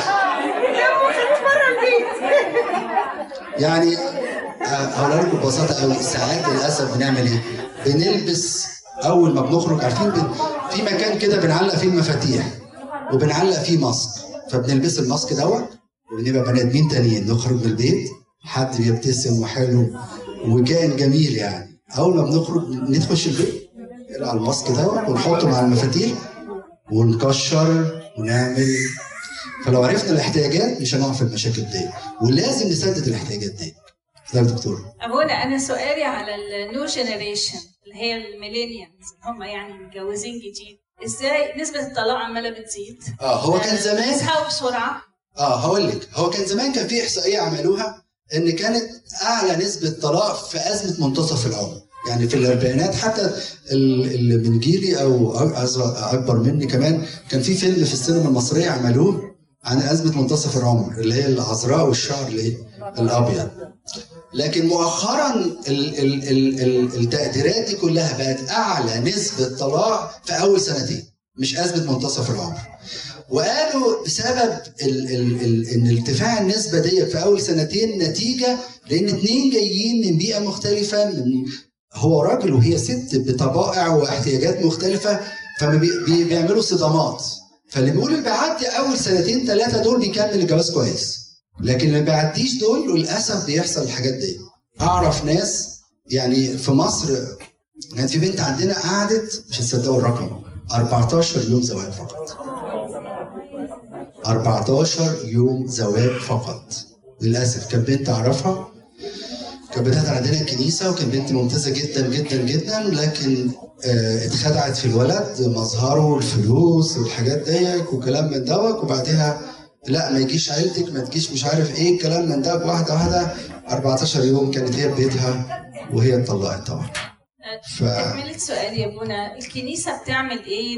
يعني هقولها لكم ببساطه قوي، ساعات للاسف بنعمل ايه؟ بنلبس اول ما بنخرج، عارفين في مكان كده بنعلق فيه المفاتيح وبنعلق فيه ماسك، فبنلبس الماسك دوت وبنبقى بني ادمين تانيين، نخرج من البيت حد بيبتسم وحلو وكائن جميل يعني. اول ما بنخرج ندخل البيت نقلع الماسك دوت ونحطه مع المفاتيح ونكشر ونعمل. فلو عرفنا الاحتياجات مش هنقع في المشاكل دي، ولازم نسدد الاحتياجات دي. يا دكتور ابونا، انا سؤالي على النيو جنريشن اللي هي الميلينيالز اللي هم يعني متجوزين جديد، ازاي نسبه الطلاق عماله بتزيد؟ اه هو كان زمان بيزهقوا بسرعه. اه هقول لك، هو كان زمان كان في احصائيه عملوها ان كانت اعلى نسبه طلاق في ازمه منتصف العمر، يعني في الاربعينات. حتى اللي من جيلي او اكبر مني كمان كان في فيلم في السينما المصريه عملوه عن ازمه منتصف العمر اللي هي العذراء والشعر الايه؟ الابيض. لكن مؤخرا ال ال ال ال التقديرات دي كلها بقت اعلى نسبه طلاق في اول سنتين، مش ازمه منتصف العمر. وقالوا بسبب ال ال ال ان ارتفاع النسبه دي في اول سنتين نتيجه لان اتنين جايين من بيئه مختلفه، من هو راجل وهي ست بطبائع واحتياجات مختلفه، فبيعملوا صدامات. فاللي بيقول اللي بيعدي اول سنتين ثلاثه دول بيكمل الجواز كويس، لكن اللي ما بيعديش دول للاسف بيحصل الحاجات دي. اعرف ناس يعني في مصر كانت في بنت عندنا قعدت مش هتصدقوا الرقم أربعتاشر يوم زواج فقط. أربعتاشر يوم زواج فقط للاسف. كانت بنت اعرفها كانت بتحضر عندنا الكنيسه وكانت بنت ممتازه جدا جدا جدا، لكن اه اتخدعت في الولد، مظهره والفلوس والحاجات ديك وكلام من دوت، وبعدها لا ما يجيش عيلتك، ما تجيش مش عارف ايه الكلام من ده. واحده واحده أربعتاشر يوم كانت هي ببيتها وهي اتطلقت طبعا. ف... تكملة سؤالي يا ابونا، الكنيسة بتعمل ايه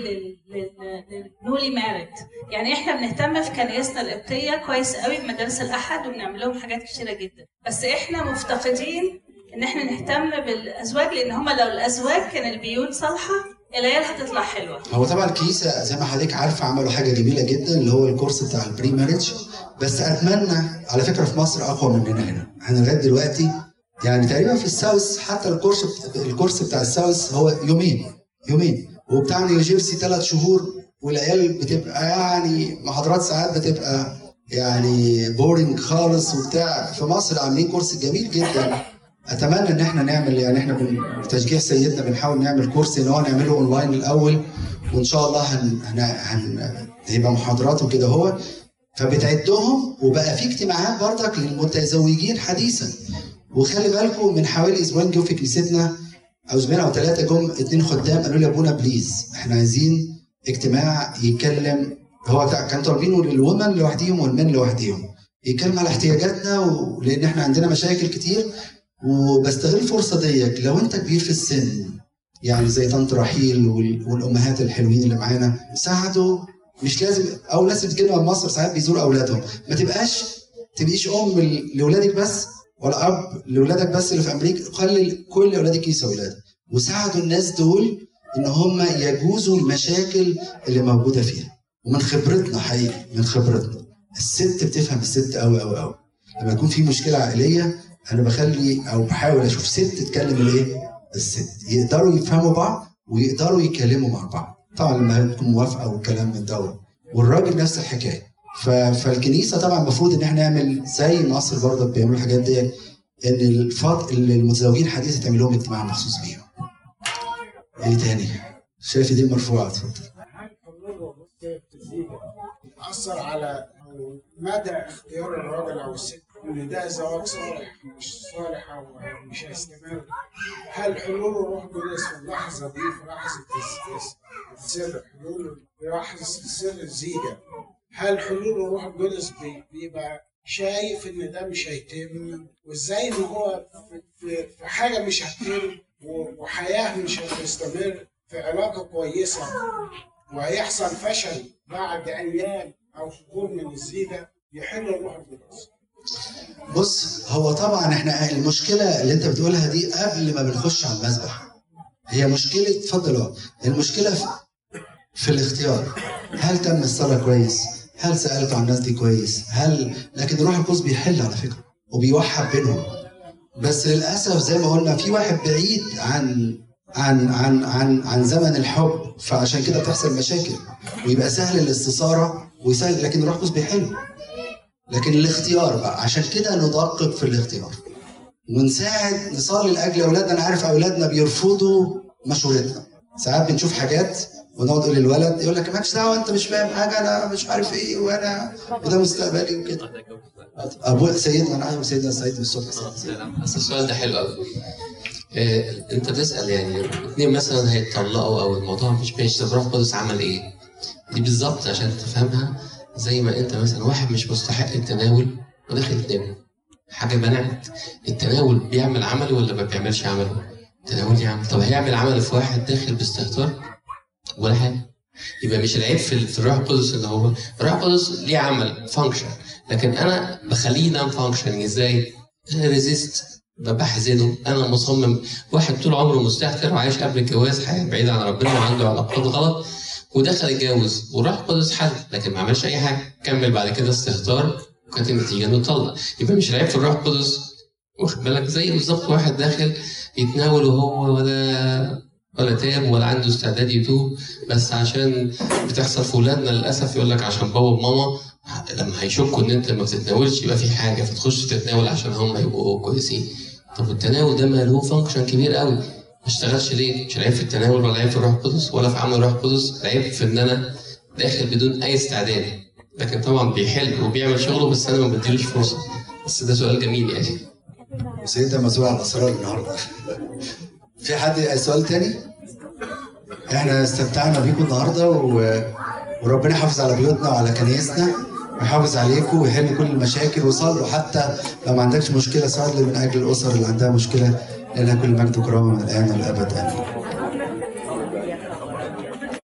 للنولي مارد؟ يعني احنا بنهتم في كنيستنا القبطية كويس قوي بمدارس الأحد وبنعمل لهم حاجات كتيرة جدا، بس احنا مفتقدين ان احنا نهتم بالأزواج، لأن هما لو الأزواج كان البيوت صالحة العيال هتطلع حلوة. هو طبعا الكنيسة زي ما حضرتك عارفة عملوا حاجة جميلة جدا اللي هو الكورس بتاع البري ماريج، بس أتمنى على فكرة في مصر أقوى مننا هنا. احنا لغاية دلوقتي يعني تقريبا في الساوث حتى الكورس الكورس بتاع الساوث هو يومين يومين وبتاع نيوجيرسي ثلاث شهور، والعيال بتبقى يعني محاضرات ساعات بتبقى يعني بورينج خالص وبتاع. في مصر عاملين كورس جميل جدا. اتمنى ان احنا نعمل يعني احنا بتشجيع سيدنا بنحاول نعمل كورس ان هو نعمله اونلاين الاول، وان شاء الله هن هن هن هيبقى محاضرات وكده هو، فبتعدهم. وبقى في اجتماعات برضك للمتزوجين حديثا. وخلي بالكم من حوالي اسبوعين جم في كنيستنا او اسبوعين او ثلاثه جم اتنين خدام قالوا لي يا ابونا بليز احنا عايزين اجتماع يتكلم، هو كان طالبينه للومن لوحديهم والمن لوحديهم، يتكلم على احتياجاتنا ولان احنا عندنا مشاكل كتير. وبستغل الفرصه ديك لو انت كبير في السن يعني زي طنط رحيل والامهات الحلوين اللي معانا ساعدوا. مش لازم او ناس بتجينا من مصر ساعات بيزوروا اولادهم، ما تبقاش تبقيش ام لاولادك بس ولا اب لاولادك بس اللي في امريكا، خلي كل اولادك يسوا اولادك وساعدوا الناس دول ان هم يجوزوا المشاكل اللي موجوده فيها. ومن خبرتنا حقيقي من خبرتنا الست بتفهم الست قوي قوي قوي. لما يكون في مشكله عائليه انا بخلي او بحاول اشوف ست تتكلم الايه؟ الست يقدروا يفهموا بعض ويقدروا يتكلموا مع بعض، طبعا لما تكون موافقه والكلام من دوت. والراجل نفس الحكايه. فالكنيسه طبعا المفروض ان احنا نعمل زي مصر برضه بيعملوا الحاجات دي، ان الفط المتزوجين حديثا تعمل لهم اجتماع مخصوص بيهم. ايه تاني؟ شايف دي مرفوعه. اتفضل. أثر على مدى اختيار الراجل أو الست إن ده زواج صالح مش صالح أو مش هيستمر. هل حلول الروح القدس في اللحظة دي في لحظة السر، حلول في لحظة سر الزيجة، هل حلول الروح القدس بيبقى شايف إن ده مش هيتم، وإزاي إن هو في حاجة مش هتتم وحياة مش هتستمر في علاقة كويسة وهيحصل فشل بعد أيام أو شهور من الزيجة يحل الروح القدس؟ بص هو طبعا احنا المشكله اللي انت بتقولها دي قبل ما بنخش على المذبح هي مشكله. اتفضل. المشكله في في الاختيار. هل تم الصلاة كويس؟ هل سألت عن الناس دي كويس؟ هل لكن الروح القدس بيحل على فكرة وبيوحد بينهم. بس للأسف زي ما قلنا في واحد بعيد عن عن عن عن عن زمن الحب، فعشان كده بتحصل مشاكل ويبقى سهل الاستثارة وسهل، لكن الروح القدس بيحل. لكن الاختيار بقى عشان كده ندقق في الاختيار ونساعد نصلي لاجل اولادنا. انا عارف اولادنا بيرفضوا مشورتنا، ساعات بنشوف حاجات ونقعد نقول للولد يقول لك مالكش دعوه انت مش فاهم حاجه، انا مش عارف ايه وانا وده مستقبلي وكده. ابو سيدنا انا عايز سيدنا سعيد بالصبح. بس السؤال ده حلو قوي. إيه انت بتسال يعني اثنين مثلا هيتطلقوا او الموضوع مش ماشي، طب الروح القدس عمل ايه؟ دي بالظبط عشان تفهمها زي ما انت مثلا واحد مش مستحق التناول وداخل يتناول، حاجه منعت التناول، بيعمل عمل ولا ما بيعملش عمل؟ التناول يعمل. طب هيعمل عمل في واحد داخل باستهتار ولا حاجه؟ يبقى مش العيب في في الروح القدس اللي هو الروح القدس ليه عمل فانكشن، لكن انا بخليه نان فانكشن. ازاي؟ انا ريزيست، بحزنه، انا مصمم. واحد طول عمره مستهتر وعايش قبل الجواز حياه بعيده عن ربنا وعنده علاقات غلط ودخل الجواز والروح القدس حل، لكن ما عملش اي حاجه، كمل بعد كده استهتار وكانت النتيجه انه طلق. يبقى مش العيب في الروح القدس، واخد بالك؟ زي بالظبط واحد داخل يتناول وهو ولا ولا تاب ولا عنده استعداد يتوب، بس عشان بتحصل في ولادنا للاسف يقول لك عشان بابا وماما لما هيشكوا ان انت ما بتتناولش يبقى في حاجه فتخش تتناول عشان هم يبقوا كويسين. طب التناول ده ما له فانكشن كبير قوي، ما اشتغلش ليه؟ مش العيب في التناول ولا العيب في الروح القدس ولا في عمل الروح القدس، العيب في ان انا داخل بدون اي استعداد. لكن طبعا بيحل وبيعمل شغله بس انا ما بديلوش فرصه. بس ده سؤال جميل يعني. سيدنا مسؤول عن الاسرار النهارده. في حد سؤال تاني؟ احنا استمتعنا بيكم النهارده و... وربنا يحافظ على بيوتنا وعلى كنايسنا ويحافظ عليكم ويحل كل المشاكل. وصلوا حتى لو ما عندكش مشكله، صلي من اجل الاسر اللي عندها مشكله، لانها كل مجد وكرامه من الان والابد امين.